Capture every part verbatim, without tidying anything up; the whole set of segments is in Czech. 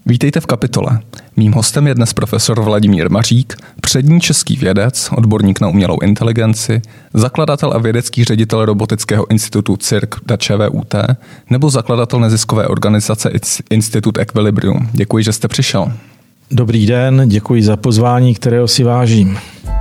Vítejte v Kapitole. Mým hostem je dnes profesor Vladimír Mařík, přední český vědec, odborník na umělou inteligenci, zakladatel a vědecký ředitel robotického institutu C I R C ČVUT nebo zakladatel neziskové organizace Institut Equilibrium. Děkuji, že jste přišel. Dobrý den, děkuji za pozvání, kterého si vážím.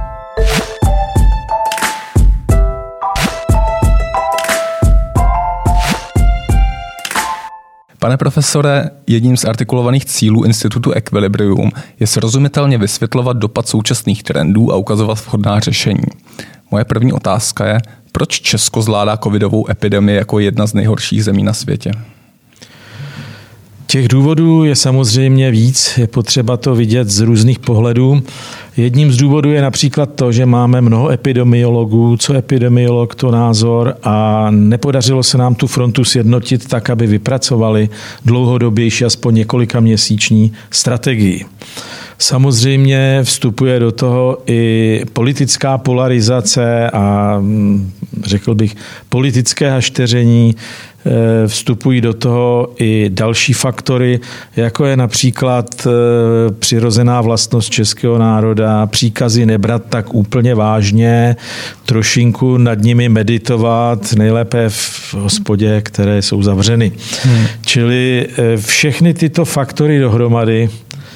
Pane profesore, jedním z artikulovaných cílů Institutu Equilibrium je srozumitelně vysvětlovat dopad současných trendů a ukazovat vhodná řešení. Moje první otázka je, proč Česko zvládá covidovou epidemii jako jedna z nejhorších zemí na světě? Těch důvodů je samozřejmě víc, je potřeba to vidět z různých pohledů. Jedním z důvodů je například to, že máme mnoho epidemiologů, co epidemiolog, to názor a nepodařilo se nám tu frontu sjednotit tak, aby vypracovali dlouhodobější, aspoň několika měsíční strategii. Samozřejmě vstupuje do toho i politická polarizace a řekl bych politické hašteření. Vstupují do toho i další faktory, jako je například přirozená vlastnost českého národa, příkazy nebrat tak úplně vážně, trošinku nad nimi meditovat, nejlépe v hospodě, které jsou zavřeny. Hmm. Čili všechny tyto faktory dohromady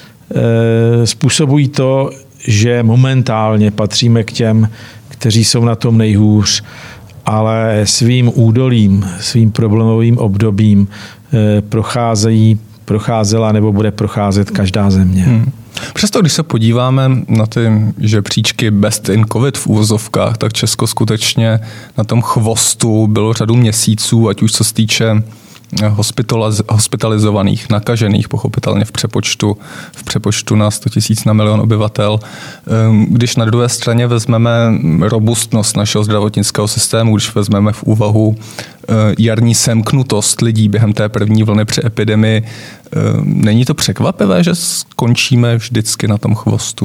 způsobují to, že momentálně patříme k těm, kteří jsou na tom nejhůř, ale svým údolím, svým problémovým obdobím procházejí, procházela nebo bude procházet každá země. Hmm. Přesto, když se podíváme na ty žebříčky best in covid v úvozovkách, tak Česko skutečně na tom chvostu bylo řadu měsíců, ať už co se týče hospitalizovaných, nakažených, pochopitelně v přepočtu, v přepočtu na sto tisíc na milion obyvatel. Když na druhé straně vezmeme robustnost našeho zdravotnického systému, když vezmeme v úvahu jarní semknutost lidí během té první vlny při epidemii, není to překvapivé, že skončíme vždycky na tom chvostu?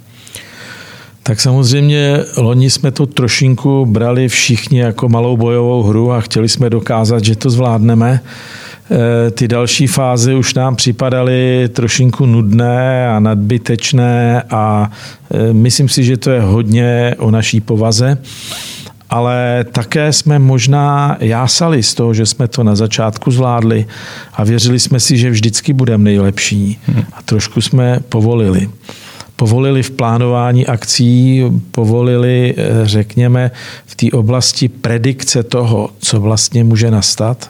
Tak samozřejmě loni jsme to trošinku brali všichni jako malou bojovou hru a chtěli jsme dokázat, že to zvládneme. Ty další fáze už nám připadaly trošinku nudné a nadbytečné a myslím si, že to je hodně o naší povaze. Ale také jsme možná jásali z toho, že jsme to na začátku zvládli a věřili jsme si, že vždycky budeme nejlepší. A trošku jsme povolili. Povolili v plánování akcí, povolili, řekněme, v té oblasti predikce toho, co vlastně může nastat.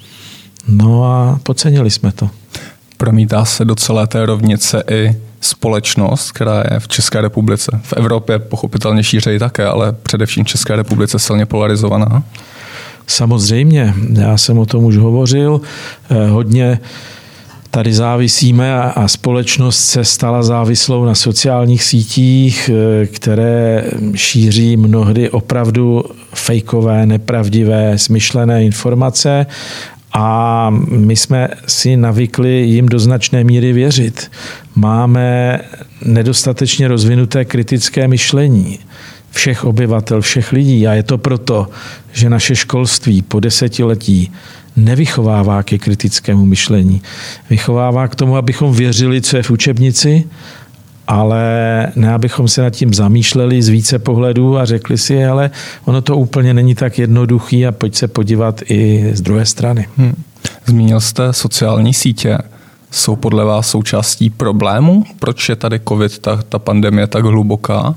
No a podcenili jsme to. Promítá se do celé té rovnice i společnost, která je v České republice, v Evropě pochopitelně šířeji také, ale především v České republice silně polarizovaná? Samozřejmě, já jsem o tom už hovořil. Hodně tady závisíme a společnost se stala závislou na sociálních sítích, které šíří mnohdy opravdu fejkové, nepravdivé, smyšlené informace a my jsme si navykli jim do značné míry věřit. Máme nedostatečně rozvinuté kritické myšlení všech obyvatel, všech lidí a je to proto, že naše školství po desetiletí nevychovává ke kritickému myšlení. Vychovává k tomu, abychom věřili, co je v učebnici, ale ne, abychom se nad tím zamýšleli z více pohledů a řekli si, ale ono to úplně není tak jednoduchý a pojď se podívat i z druhé strany. Hmm. Zmínil jste sociální sítě. Jsou podle vás součástí problému? Proč je tady covid, ta, ta pandemie tak hluboká?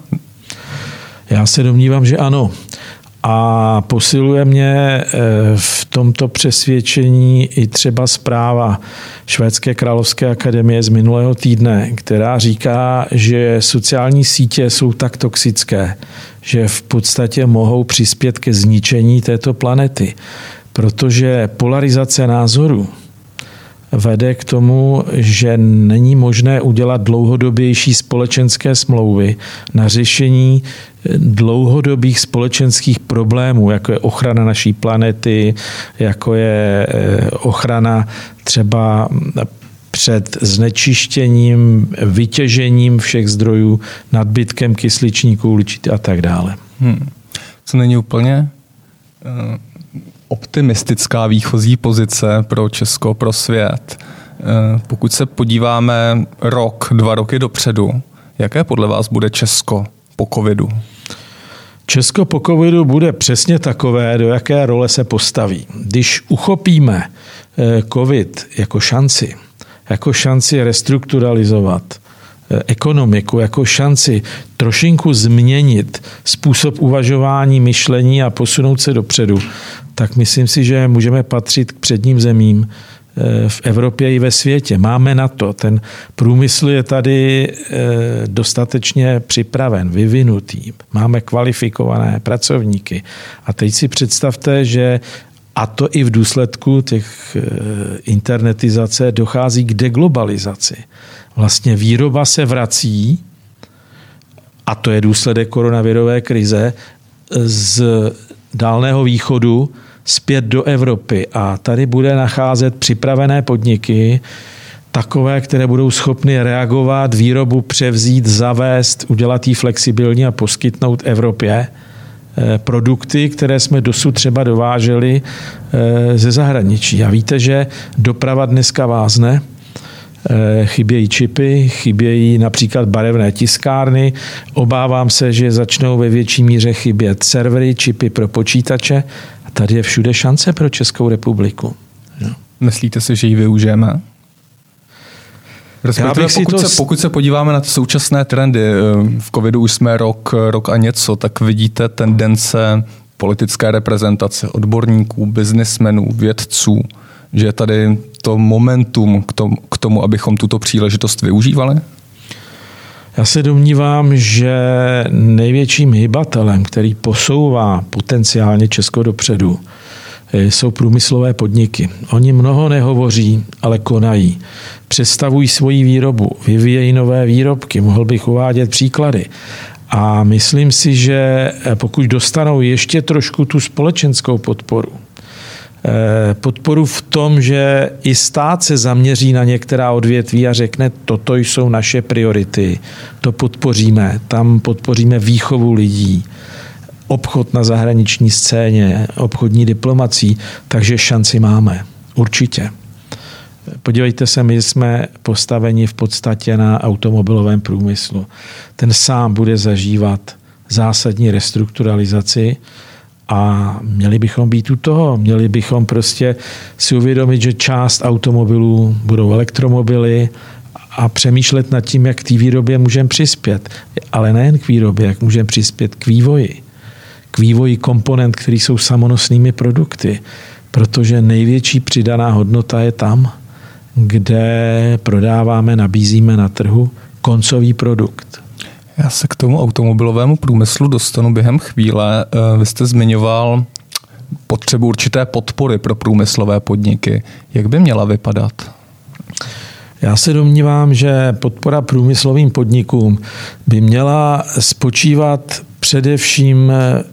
Já se domnívám, že ano. A posiluje mě v tomto přesvědčení i třeba zpráva Švédské královské akademie z minulého týdne, která říká, že sociální sítě jsou tak toxické, že v podstatě mohou přispět ke zničení této planety, protože polarizace názorů vede k tomu, že není možné udělat dlouhodobější společenské smlouvy na řešení dlouhodobých společenských problémů, jako je ochrana naší planety, jako je ochrana třeba před znečištěním, vytěžením všech zdrojů, nadbytkem kysličníku, uhličitý a tak dále. Hmm. Co není úplně uh, optimistická výchozí pozice pro Česko, pro svět. Pokud se podíváme rok, dva roky dopředu, jaké podle vás bude Česko po covidu? Česko po covidu bude přesně takové, do jaké role se postaví. Když uchopíme covid jako šanci, jako šanci restrukturalizovat ekonomiku, jako šanci trošinku změnit způsob uvažování, myšlení a posunout se dopředu, tak myslím si, že můžeme patřit k předním zemím v Evropě i ve světě. Máme na to. Ten průmysl je tady dostatečně připraven, vyvinutý. Máme kvalifikované pracovníky. A teď si představte, že a to i v důsledku těch internetizace dochází k deglobalizaci. Vlastně výroba se vrací, a to je důsledek koronavirové krize, z Dálného východu zpět do Evropy. A tady bude nacházet připravené podniky, takové, které budou schopny reagovat, výrobu převzít, zavést, udělat ji flexibilní a poskytnout Evropě produkty, které jsme dosud třeba dováželi ze zahraničí. A víte, že doprava dneska vázne, chybějí čipy, chybějí například barevné tiskárny. Obávám se, že začnou ve větší míře chybět servery, čipy pro počítače. A tady je všude šance pro Českou republiku. No. Myslíte si, že ji využijeme? Respektive, pokud, to... se, pokud se podíváme na ty současné trendy, v covidu už jsme rok, rok a něco, tak vidíte tendence politické reprezentace odborníků, biznismenů, vědců, že je tady to momentum k tomu, k tomu, abychom tuto příležitost využívali? Já se domnívám, že největším hybatelem, který posouvá potenciálně Česko dopředu, jsou průmyslové podniky. Oni mnoho nehovoří, ale konají. Představují svoji výrobu, vyvíjejí nové výrobky, mohl bych uvádět příklady. A myslím si, že pokud dostanou ještě trošku tu společenskou podporu, podporu v tom, že i stát se zaměří na některá odvětví a řekne, toto jsou naše priority, to podpoříme, tam podpoříme výchovu lidí, obchod na zahraniční scéně, obchodní diplomací, takže šanci máme. Určitě. Podívejte se, my jsme postaveni v podstatě na automobilovém průmyslu. Ten sám bude zažívat zásadní restrukturalizaci a měli bychom být u toho. Měli bychom prostě si uvědomit, že část automobilů budou elektromobily a přemýšlet nad tím, jak k té výrobě můžeme přispět. Ale nejen k výrobě, jak můžeme přispět k vývoji. K vývoji komponent, které jsou samonosnými produkty. Protože největší přidaná hodnota je tam, kde prodáváme, nabízíme na trhu koncový produkt. Já se k tomu automobilovému průmyslu dostanu během chvíle. Vy jste zmiňoval potřebu určité podpory pro průmyslové podniky. Jak by měla vypadat? Já se domnívám, že podpora průmyslovým podnikům by měla spočívat především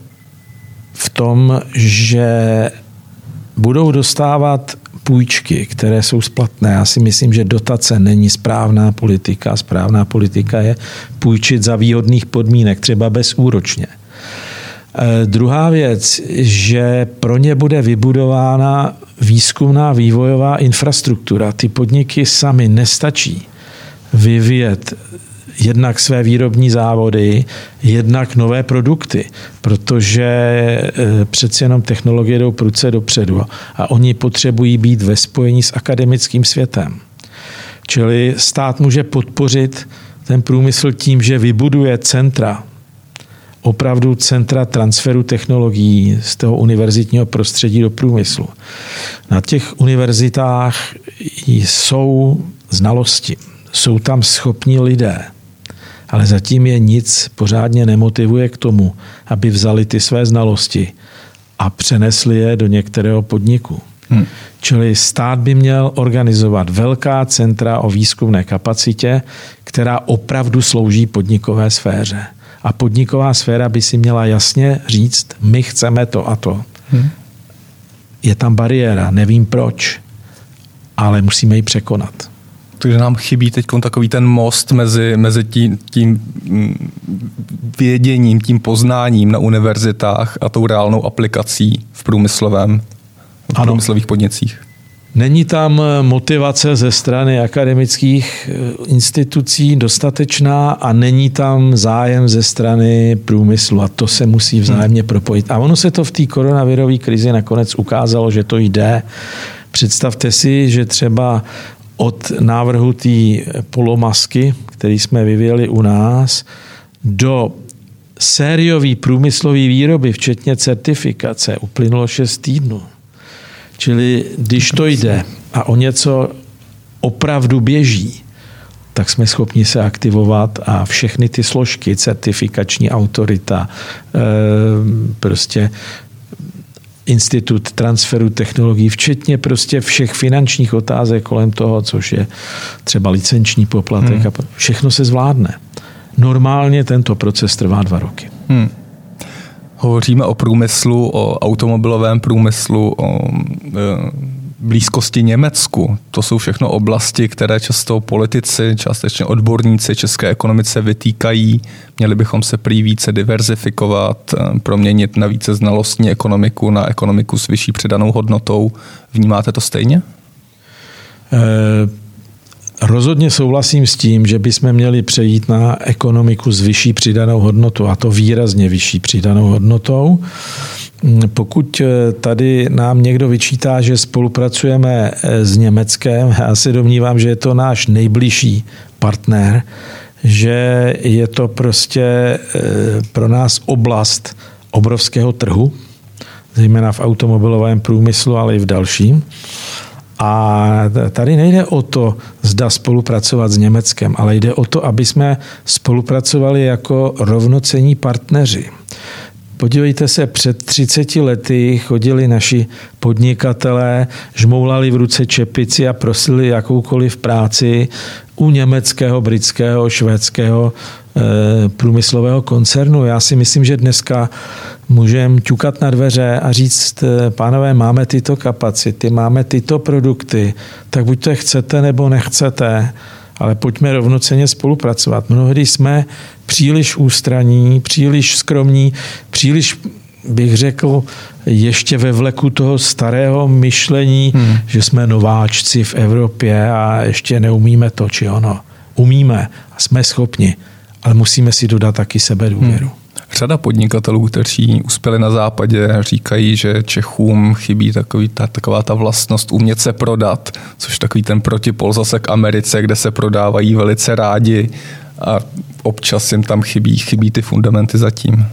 v tom, že budou dostávat půjčky, které jsou splatné. Já si myslím, že dotace není správná politika. Správná politika je půjčit za výhodných podmínek, třeba bezúročně. E, druhá věc, že pro ně bude vybudována výzkumná vývojová infrastruktura. Ty podniky sami nestačí vyvíjet jednak své výrobní závody, jednak nové produkty, protože přeci jenom technologie jdou prudce dopředu a oni potřebují být ve spojení s akademickým světem. Čili stát může podpořit ten průmysl tím, že vybuduje centra, opravdu centra transferu technologií z toho univerzitního prostředí do průmyslu. Na těch univerzitách jsou znalosti, jsou tam schopní lidé, ale zatím je nic pořádně nemotivuje k tomu, aby vzali ty své znalosti a přenesli je do některého podniku. Hmm. Čili stát by měl organizovat velká centra o výzkumné kapacitě, která opravdu slouží podnikové sféře. A podniková sféra by si měla jasně říct, my chceme to a to. Hmm. Je tam bariéra, nevím proč, ale musíme ji překonat. Takže nám chybí teď takový ten most mezi, mezi tím, tím věděním, tím poznáním na univerzitách a tou reálnou aplikací v průmyslovém, v průmyslových podnicích. Není tam motivace ze strany akademických institucí dostatečná a není tam zájem ze strany průmyslu a to se musí vzájemně propojit. A ono se to v té koronavirové krizi nakonec ukázalo, že to jde. Představte si, že třeba od návrhu té polomasky, který jsme vyvíjeli u nás, do sériové průmyslové výroby, včetně certifikace, uplynulo šest týdnů. Čili když to jde a o něco opravdu běží, tak jsme schopni se aktivovat a všechny ty složky, certifikační autorita, prostě institut transferu technologií, včetně prostě všech finančních otázek kolem toho, což je třeba licenční poplatek, hmm. a všechno se zvládne. Normálně tento proces trvá dva roky. Hmm. Hovoříme o průmyslu, o automobilovém průmyslu, o e, blízkosti Německu. To jsou všechno oblasti, které často politici, částečně odborníci české ekonomice vytýkají. Měli bychom se prý více diverzifikovat, proměnit na více znalostní ekonomiku, na ekonomiku s vyšší přidanou hodnotou. Vnímáte to stejně? E- Rozhodně souhlasím s tím, že bychom měli přejít na ekonomiku s vyšší přidanou hodnotou, a to výrazně vyšší přidanou hodnotou. Pokud tady nám někdo vyčítá, že spolupracujeme s Německem, já se domnívám, že je to náš nejbližší partner, že je to prostě pro nás oblast obrovského trhu, zejména v automobilovém průmyslu, ale i v dalším. A tady nejde o to, zda spolupracovat s Německem, ale jde o to, aby jsme spolupracovali jako rovnocenní partneři. Podívejte se, před třiceti lety chodili naši podnikatelé, žmoulali v ruce čepici a prosili jakoukoliv práci u německého, britského, švédského e, průmyslového koncernu. Já si myslím, že dneska můžeme ťukat na dveře a říct, pánové, máme tyto kapacity, máme tyto produkty, tak buď to chcete, nebo nechcete, ale pojďme rovnocenně spolupracovat. Mnohdy jsme příliš ústraní, příliš skromní, příliš, bych řekl, ještě ve vleku toho starého myšlení, hmm. že jsme nováčci v Evropě a ještě neumíme to, či ono. Umíme a jsme schopni, ale musíme si dodat taky sebedůvěru. Hmm. Řada podnikatelů, kteří uspěli na západě, říkají, že Čechům chybí takový ta, taková ta vlastnost umět se prodat, což takový ten protipol zase k Americe, kde se prodávají velice rádi a občas jim tam chybí, chybí ty fundamenty zatím.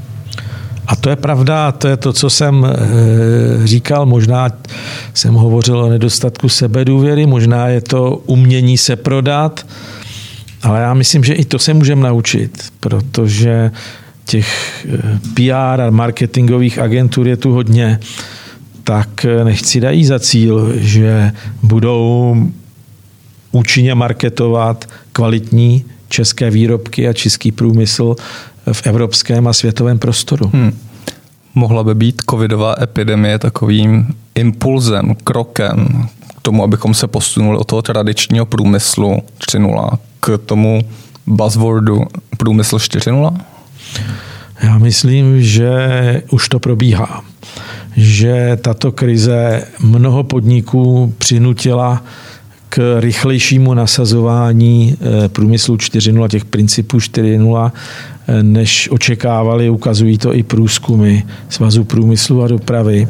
A to je pravda, to je to, co jsem říkal, možná jsem hovořil o nedostatku sebedůvěry, možná je to umění se prodat, ale já myslím, že i to se můžeme naučit, protože těch P R a marketingových agentur je tu hodně, tak nechci dají za cíl, že budou účinně marketovat kvalitní české výrobky a český průmysl v evropském a světovém prostoru. Hmm. Mohla by být covidová epidemie takovým impulzem, krokem k tomu, abychom se posunuli od toho tradičního průmyslu čtyři tečka nula k tomu buzzwordu průmysl čtyři tečka nula? Já myslím, že už to probíhá. Že tato krize mnoho podniků přinutila k rychlejšímu nasazování průmyslu čtyři tečka nula, těch principů čtyři tečka nula, než očekávali. Ukazují to i průzkumy Svazu průmyslu a dopravy.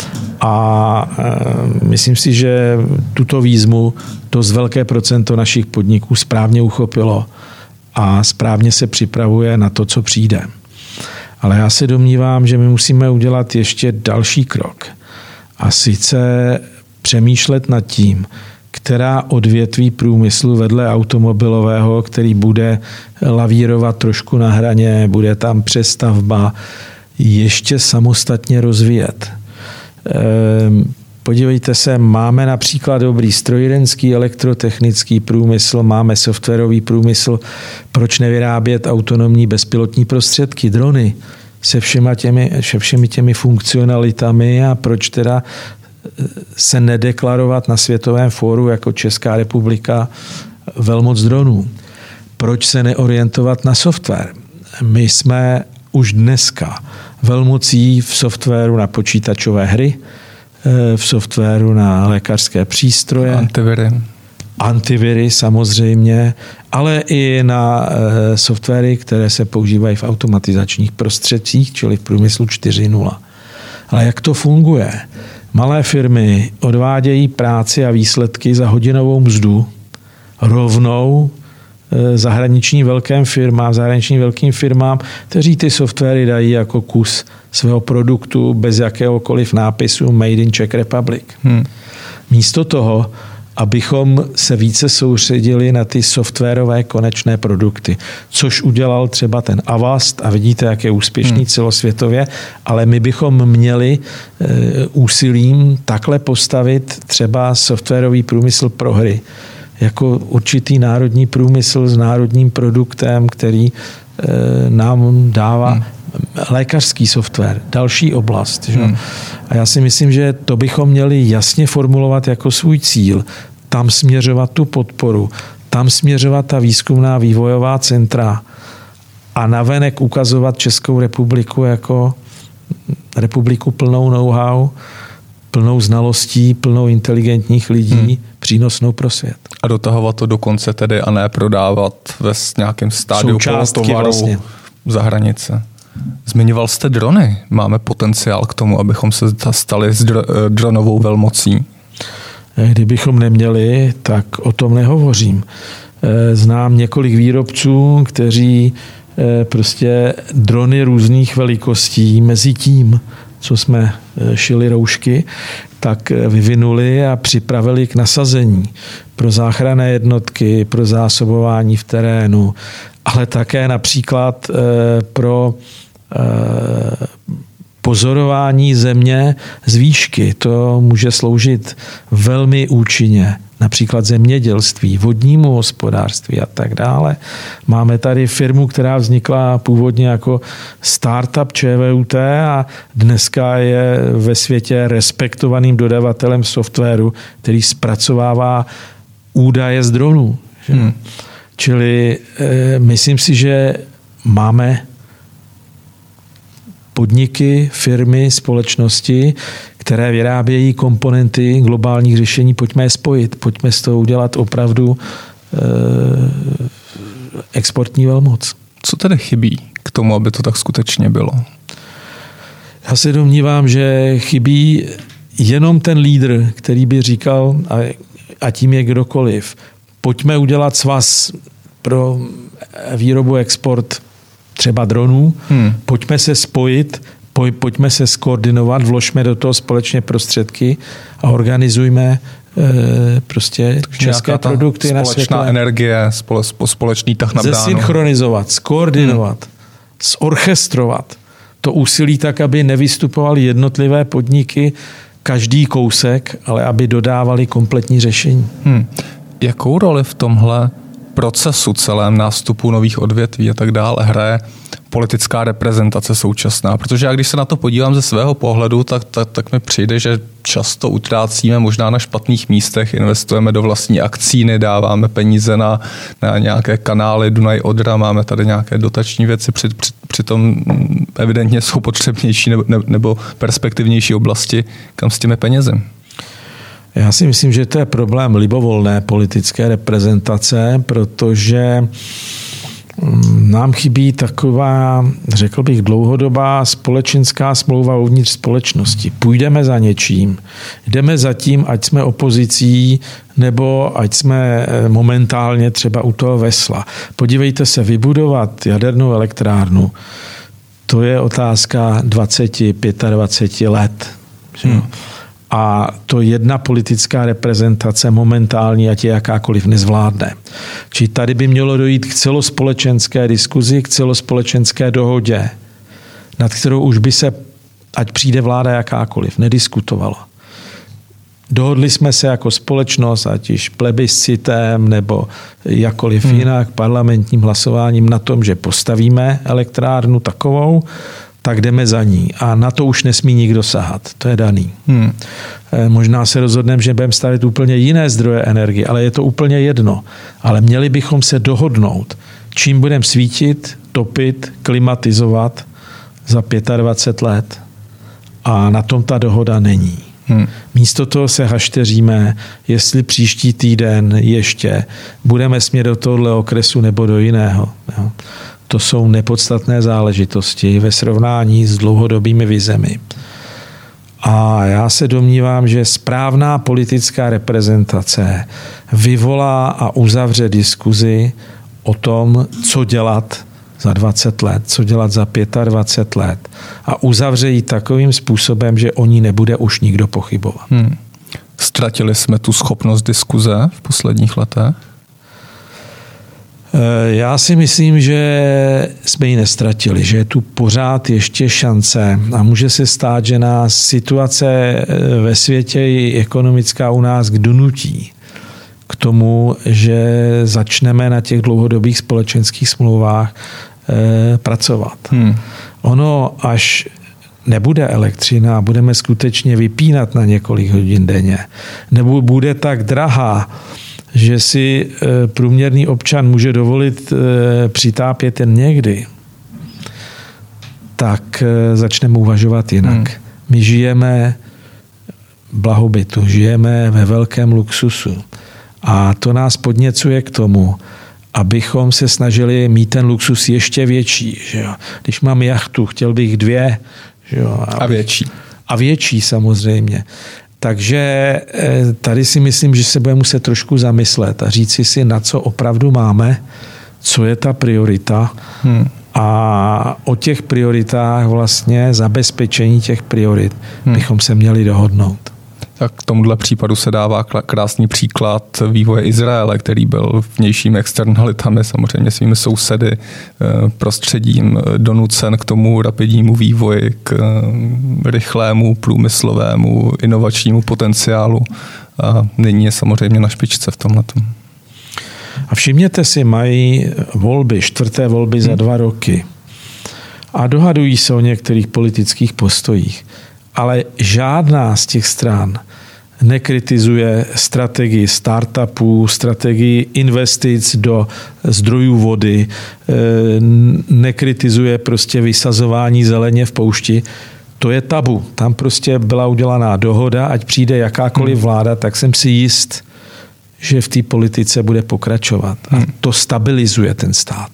A myslím si, že tuto výzvu dost velké procento našich podniků správně uchopilo a správně se připravuje na to, co přijde. Ale já se domnívám, že my musíme udělat ještě další krok. A sice přemýšlet nad tím, která odvětví průmyslu vedle automobilového, který bude lavírovat trošku na hraně, bude tam přestavba, ještě samostatně rozvíjet. Podívejte se, máme například dobrý strojírenský, elektrotechnický průmysl, máme softwarový průmysl, proč nevyrábět autonomní bezpilotní prostředky, drony se všema těmi, se všemi těmi funkcionalitami a proč teda se nedeklarovat na světovém fóru jako Česká republika velmoc dronů. Proč se neorientovat na software? My jsme už dneska velmocí v softwaru na počítačové hry, v softwaru na lékařské přístroje. Antiviry. Antiviry samozřejmě, ale i na softwary, které se používají v automatizačních prostředcích, čili v průmyslu čtyři tečka nula. Ale jak to funguje? Malé firmy odvádějí práci a výsledky za hodinovou mzdu rovnou zahraniční velkým firmám, zahraničním velkým firmám, kteří ty softwary dají jako kus svého produktu bez jakéhokoliv nápisu Made in Czech Republic. Hmm. Místo toho, abychom se více soustředili na ty softwarové konečné produkty, což udělal třeba ten Avast a vidíte, jak je úspěšný hmm. celosvětově, ale my bychom měli e, úsilím takhle postavit třeba softwarový průmysl pro hry, jako určitý národní průmysl s národním produktem, který e, nám dává hmm. lékařský software, další oblast. Že? Hmm. A já si myslím, že to bychom měli jasně formulovat jako svůj cíl, tam směřovat tu podporu, tam směřovat ta výzkumná vývojová centra a navenek ukazovat Českou republiku jako republiku plnou know-how, plnou znalostí, plnou inteligentních lidí, hmm. přínosnou pro svět. A dotahovat to dokonce tedy a ne prodávat ve nějakém stádiu polotovaru vlastně za hranice. Zmiňoval jste drony. Máme potenciál k tomu, abychom se stali dronovou velmocí? Kdybychom neměli, tak o tom nehovořím. Znám několik výrobců, kteří prostě drony různých velikostí mezi tím, co jsme šili roušky, tak vyvinuli a připravili k nasazení pro záchranné jednotky, pro zásobování v terénu, ale také například pro pozorování země z výšky. To může sloužit velmi účinně. Například zemědělství, vodnímu hospodářství a tak dále. Máme tady firmu, která vznikla původně jako startup ČVUT a dneska je ve světě respektovaným dodavatelem softwaru, který zpracovává údaje z dronů. Hmm. Čili e, myslím si, že máme podniky, firmy, společnosti, které vyrábějí komponenty globálních řešení, pojďme je spojit, pojďme z toho udělat opravdu e, exportní velmoc. Co tedy chybí k tomu, aby to tak skutečně bylo? Já se domnívám, že chybí jenom ten lídr, který by říkal, a, a tím je kdokoliv, pojďme udělat svaz pro výrobu, export třeba dronů, hmm. pojďme se spojit, poj, pojďme se skoordinovat, vložme do toho společně prostředky a organizujme e, prostě české produkty na světové. Společná energie, spole, společný tah na bránu. Zesynchronizovat, skoordinovat, hmm. zorchestrovat to úsilí tak, aby nevystupovaly jednotlivé podniky každý kousek, ale aby dodávali kompletní řešení. Hmm. Jakou roli v tomhle procesu celém nástupu nových odvětví a tak dále hraje politická reprezentace současná? Protože já když se na to podívám ze svého pohledu, tak, tak, tak mi přijde, že často utrácíme možná na špatných místech, investujeme do vlastní akcíny, dáváme peníze na, na nějaké kanály Dunaj Odra, máme tady nějaké dotační věci, při, při, přitom evidentně jsou potřebnější nebo, nebo perspektivnější oblasti, kam s těmi penězi. Já si myslím, že to je problém libovolné politické reprezentace, protože nám chybí taková, řekl bych, dlouhodobá společenská smlouva uvnitř společnosti. Půjdeme za něčím, jdeme za tím, ať jsme opozicí, nebo ať jsme momentálně třeba u toho vesla. Podívejte se, vybudovat jadernou elektrárnu, to je otázka dvacet, dvacet pět let. Hmm. A to jedna politická reprezentace momentální, ať je jakákoliv, nezvládne. Čili tady by mělo dojít k celospolečenské diskuzi, k celospolečenské dohodě, nad kterou už by se, ať přijde vláda jakákoliv, nediskutovalo. Dohodli jsme se jako společnost, ať již plebiscitem nebo jakkoliv hmm. jinak, parlamentním hlasováním na tom, že postavíme elektrárnu takovou, tak jdeme za ní. A na to už nesmí nikdo sahat. To je daný. Hmm. Možná se rozhodneme, že budeme stavět úplně jiné zdroje energie, ale je to úplně jedno. Ale měli bychom se dohodnout, čím budeme svítit, topit, klimatizovat za dvacet pět let. A na tom ta dohoda není. Hmm. Místo toho se hašteříme, jestli příští týden ještě budeme smět do tohohle okresu nebo do jiného. Jo. To jsou nepodstatné záležitosti ve srovnání s dlouhodobými vizemi. A já se domnívám, že správná politická reprezentace vyvolá a uzavře diskuzi o tom, co dělat za dvacet let, co dělat za dvacet pět let a uzavře ji takovým způsobem, že o ní nebude už nikdo pochybovat. Hmm. Ztratili jsme tu schopnost diskuze v posledních letech? Já si myslím, že jsme ji nestratili, že je tu pořád ještě šance a může se stát, že nás situace ve světě i ekonomická u nás donutí k tomu, že začneme na těch dlouhodobých společenských smlouvách eh, pracovat. Hmm. Ono, až nebude elektřina a budeme skutečně vypínat na několik hodin denně, nebo bude tak drahá, že si průměrný občan může dovolit přitápět jen někdy, tak začneme uvažovat jinak. Hmm. My žijeme v blahobytu, žijeme ve velkém luxusu a to nás podněcuje k tomu, abychom se snažili mít ten luxus ještě větší. Že jo? Když mám jachtu, chtěl bych dvě. Že jo? A větší. A větší samozřejmě. Takže tady si myslím, že se budeme muset trošku zamyslet a říci si, na co opravdu máme, co je ta priorita hmm. a o těch prioritách vlastně zabezpečení těch priorit hmm. bychom se měli dohodnout. Tak k tomuhle případu se dává krásný příklad vývoje Izraele, který byl vnějšími externalitami, samozřejmě svými sousedy, prostředím donucen k tomu rapidnímu vývoji, k rychlému průmyslovému inovačnímu potenciálu a nyní je samozřejmě na špičce v tomhletom. A všimněte si, mají volby, čtvrté volby hmm. za dva roky a dohadují se o některých politických postojích. Ale žádná z těch stran nekritizuje strategii startupů, strategii investic do zdrojů vody, nekritizuje prostě vysazování zeleně v poušti. To je tabu. Tam prostě byla udělaná dohoda, ať přijde jakákoliv vláda, tak jsem si jist, že v té politice bude pokračovat. A to stabilizuje ten stát.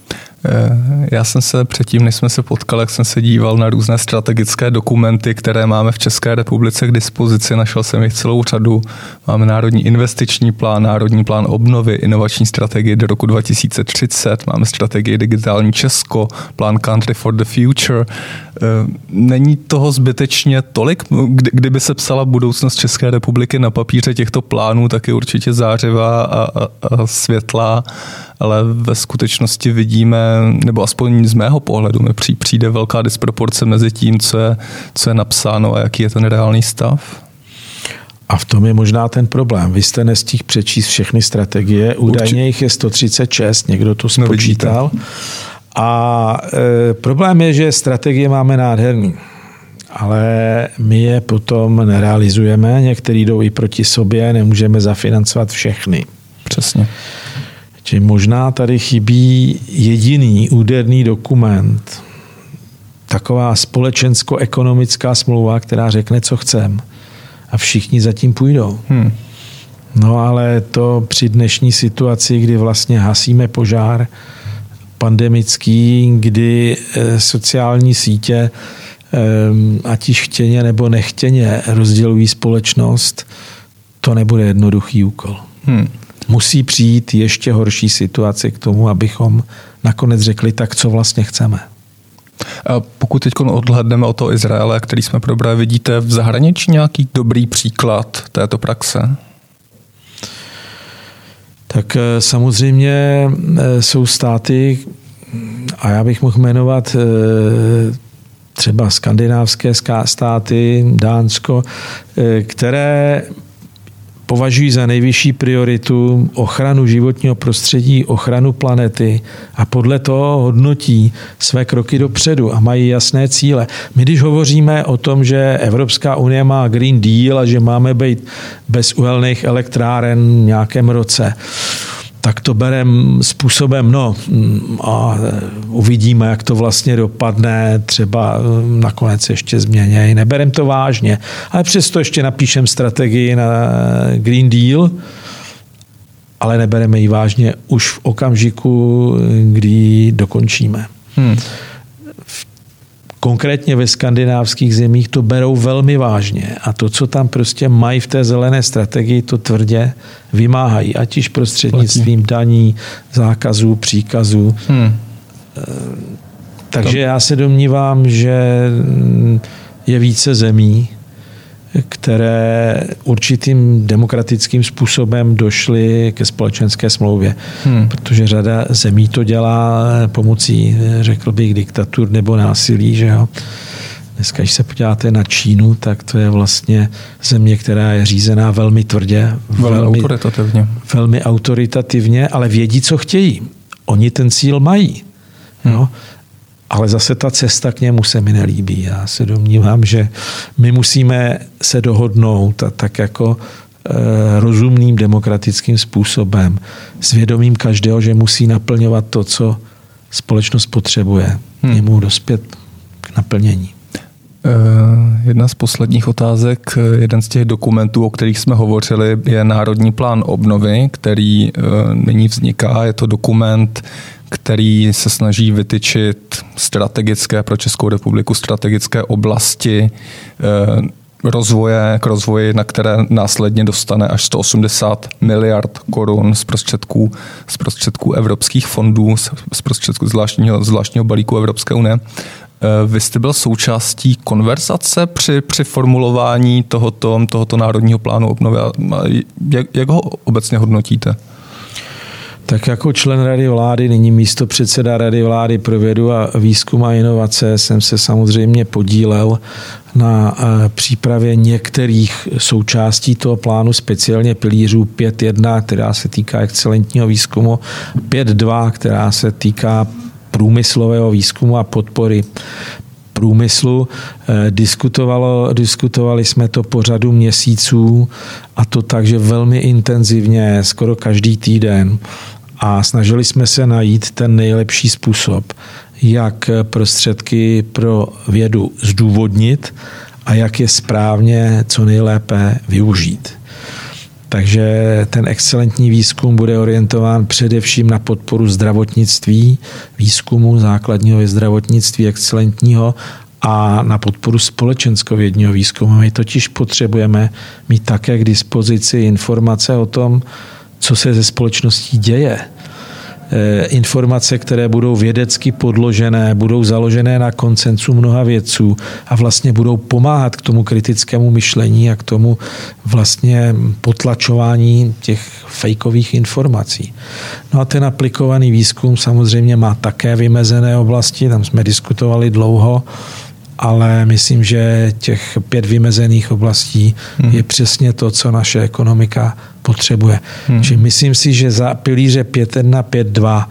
Já jsem se předtím, než jsme se potkali, jak jsem se díval na různé strategické dokumenty, které máme v České republice k dispozici. Našel jsem jich celou řadu. Máme Národní investiční plán, Národní plán obnovy, inovační strategii do roku dva tisíce třicet, máme strategii Digitální Česko, plán Country for the Future. Není toho zbytečně tolik? Kdyby se psala budoucnost České republiky na papíře těchto plánů, tak je určitě zářivá a, a, a světlá, ale ve skutečnosti vidíme, nebo aspoň z mého pohledu mi přijde velká disproporce mezi tím, co je, co je napsáno a jaký je ten reálný stav. A v tom je možná ten problém. Vy jste nestihl přečíst všechny strategie, údajně jich je sto třicet šest, někdo to spočítal. No, a e, problém je, že strategie máme nádherný, ale my je potom nerealizujeme, některý jdou i proti sobě, nemůžeme zafinancovat všechny. Přesně. Čiže možná tady chybí jediný úderný dokument, taková společensko-ekonomická smlouva, která řekne, co chcem. A všichni zatím půjdou. Hmm. No ale to při dnešní situaci, kdy vlastně hasíme požár pandemický, kdy sociální sítě, ať již chtěně nebo nechtěně, rozdělují společnost, to nebude jednoduchý úkol. Hmm. Musí přijít ještě horší situace k tomu, abychom nakonec řekli, tak co vlastně chceme. A pokud teď odhlédneme od toho Izraele, který jsme probrali, vidíte v zahraničí nějaký dobrý příklad této praxe? Tak samozřejmě jsou státy, a já bych mohl jmenovat třeba skandinávské státy, Dánsko, které považují za nejvyšší prioritu ochranu životního prostředí, ochranu planety a podle toho hodnotí své kroky dopředu a mají jasné cíle. My, když hovoříme o tom, že Evropská unie má Green Deal a že máme být bez uhelných elektráren v nějakém roce, tak to bereme způsobem, no a uvidíme, jak to vlastně dopadne, třeba nakonec ještě změněj, nebereme to vážně, ale přesto ještě napíšeme strategii na Green Deal, ale nebereme ji vážně už v okamžiku, kdy ji dokončíme. Hmm. Konkrétně ve skandinávských zemích to berou velmi vážně a to, co tam prostě mají v té zelené strategii, to tvrdě vymáhají, ať již prostřednictvím daní, zákazů, příkazů. Hmm. Takže já se domnívám, že je více zemí, které určitým demokratickým způsobem došly ke společenské smlouvě. Hmm. Protože řada zemí to dělá pomocí, řekl bych, diktatur nebo násilí. Že jo? Dneska, když se podíváte na Čínu, tak to je vlastně země, která je řízená velmi tvrdě. Velmi, velmi autoritativně. Velmi autoritativně, ale vědí, co chtějí. Oni ten cíl mají. Hmm. Jo? Ale zase ta cesta k němu se mi nelíbí. Já se domnívám, že my musíme se dohodnout a tak jako e, rozumným demokratickým způsobem, s vědomím každého, že musí naplňovat to, co společnost potřebuje. Hmm. Němu dospět k naplnění. Jedna z posledních otázek, jeden z těch dokumentů, o kterých jsme hovořili, je Národní plán obnovy, který nyní vzniká. Je to dokument, který se snaží vytyčit strategické pro Českou republiku, strategické oblasti rozvoje, k rozvoji, na které následně dostane až sto osmdesát miliard korun z prostředků, z prostředků evropských fondů, z prostředků zvláštního, zvláštního balíku Evropské unie. Vy jste byl součástí konverzace při, při formulování tohoto, tohoto národního plánu obnovy. Jak, jak ho obecně hodnotíte? Tak jako člen Rady vlády, nyní místopředseda Rady vlády pro vědu a výzkum a inovace, jsem se samozřejmě podílel na přípravě některých součástí toho plánu, speciálně pilířů pět jedna, která se týká excelentního výzkumu, pět dva, která se týká průmyslového výzkumu a podpory průmyslu. Diskutovalo, diskutovali jsme to po řadu měsíců a to tak, že velmi intenzivně, skoro každý týden, a snažili jsme se najít ten nejlepší způsob, jak prostředky pro vědu zdůvodnit a jak je správně co nejlépe využít. Takže ten excelentní výzkum bude orientován především na podporu zdravotnictví, výzkumu základního i zdravotnictví excelentního a na podporu společenskovědního výzkumu. My totiž potřebujeme mít také k dispozici informace o tom, co se ze společností děje. Informace, které budou vědecky podložené, budou založené na konsenzu mnoha vědců a vlastně budou pomáhat k tomu kritickému myšlení a k tomu vlastně potlačování těch fejkových informací. No a ten aplikovaný výzkum samozřejmě má také vymezené oblasti, tam jsme diskutovali dlouho, ale myslím, že těch pět vymezených oblastí hmm. je přesně to, co naše ekonomika potřebuje. Hmm. Čiže myslím si, že za pilíře pět jedna, pět dva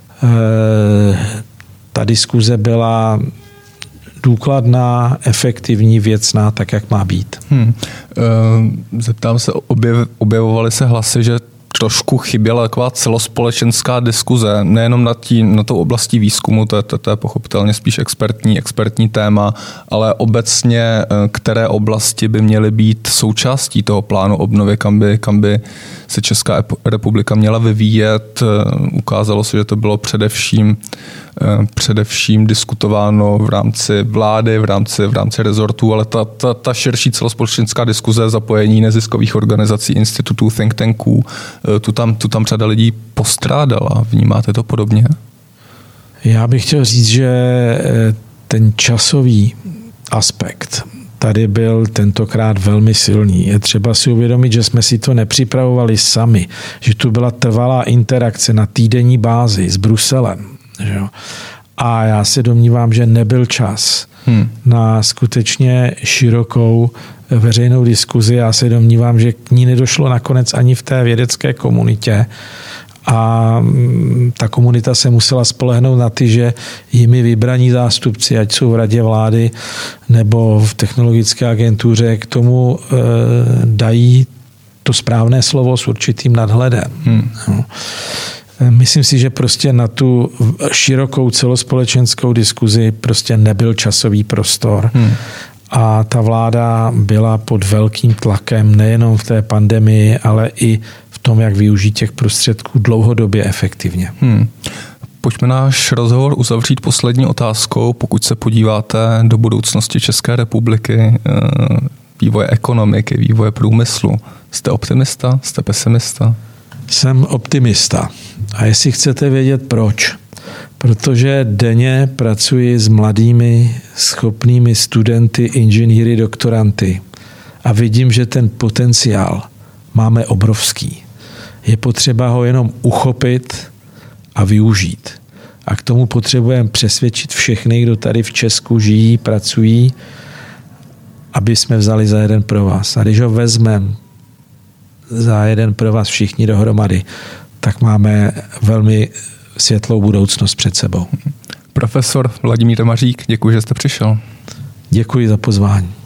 e, ta diskuze byla důkladná, efektivní, věcná, tak, jak má být. Hmm. E, zeptám se, objev, objevovaly se hlasy, že trošku chyběla taková celospolečenská diskuze, nejenom nad, tí, nad tou oblastí výzkumu, to je, to, to je pochopitelně spíš expertní, expertní téma, ale obecně, které oblasti by měly být součástí toho plánu obnovy, kam by, kam by se Česká republika měla vyvíjet. Ukázalo se, že to bylo především především diskutováno v rámci vlády, v rámci, v rámci rezortů, ale ta, ta, ta širší celospolečenská diskuze, zapojení neziskových organizací, institutů, think tanků, tu tam, tu tam řada lidí postrádala. Vnímáte to podobně? Já bych chtěl říct, že ten časový aspekt tady byl tentokrát velmi silný. Je třeba si uvědomit, že jsme si to nepřipravovali sami, že tu byla trvalá interakce na týdenní bázi s Bruselem. Že jo? A já se domnívám, že nebyl čas hmm. na skutečně širokou veřejnou diskuzi. Já se domnívám, že k ní nedošlo nakonec ani v té vědecké komunitě. A ta komunita se musela spolehnout na ty, že jimi vybraní zástupci, ať jsou v radě vlády nebo v technologické agentuře, k tomu e, dají to správné slovo, s určitým nadhledem. Hmm. No. Myslím si, že prostě na tu širokou celospolečenskou diskuzi prostě nebyl časový prostor. Hmm. A ta vláda byla pod velkým tlakem nejenom v té pandemii, ale i v tom, jak využít těch prostředků dlouhodobě efektivně. Hmm. Pojďme náš rozhovor uzavřít poslední otázkou. Pokud se podíváte do budoucnosti České republiky, vývoje ekonomiky, vývoje průmyslu, jste optimista, jste pesimista? Jsem optimista. A jestli chcete vědět proč, protože denně pracuji s mladými, schopnými studenty, inženýry, doktoranty a vidím, že ten potenciál máme obrovský. Je potřeba ho jenom uchopit a využít. A k tomu potřebujeme přesvědčit všechny, kdo tady v Česku žijí, pracují, aby jsme vzali za jeden pro vás. A když ho vezmeme za jeden pro vás všichni dohromady, tak máme velmi světlou budoucnost před sebou. Profesor Vladimír Mařík, děkuji, že jste přišel. Děkuji za pozvání.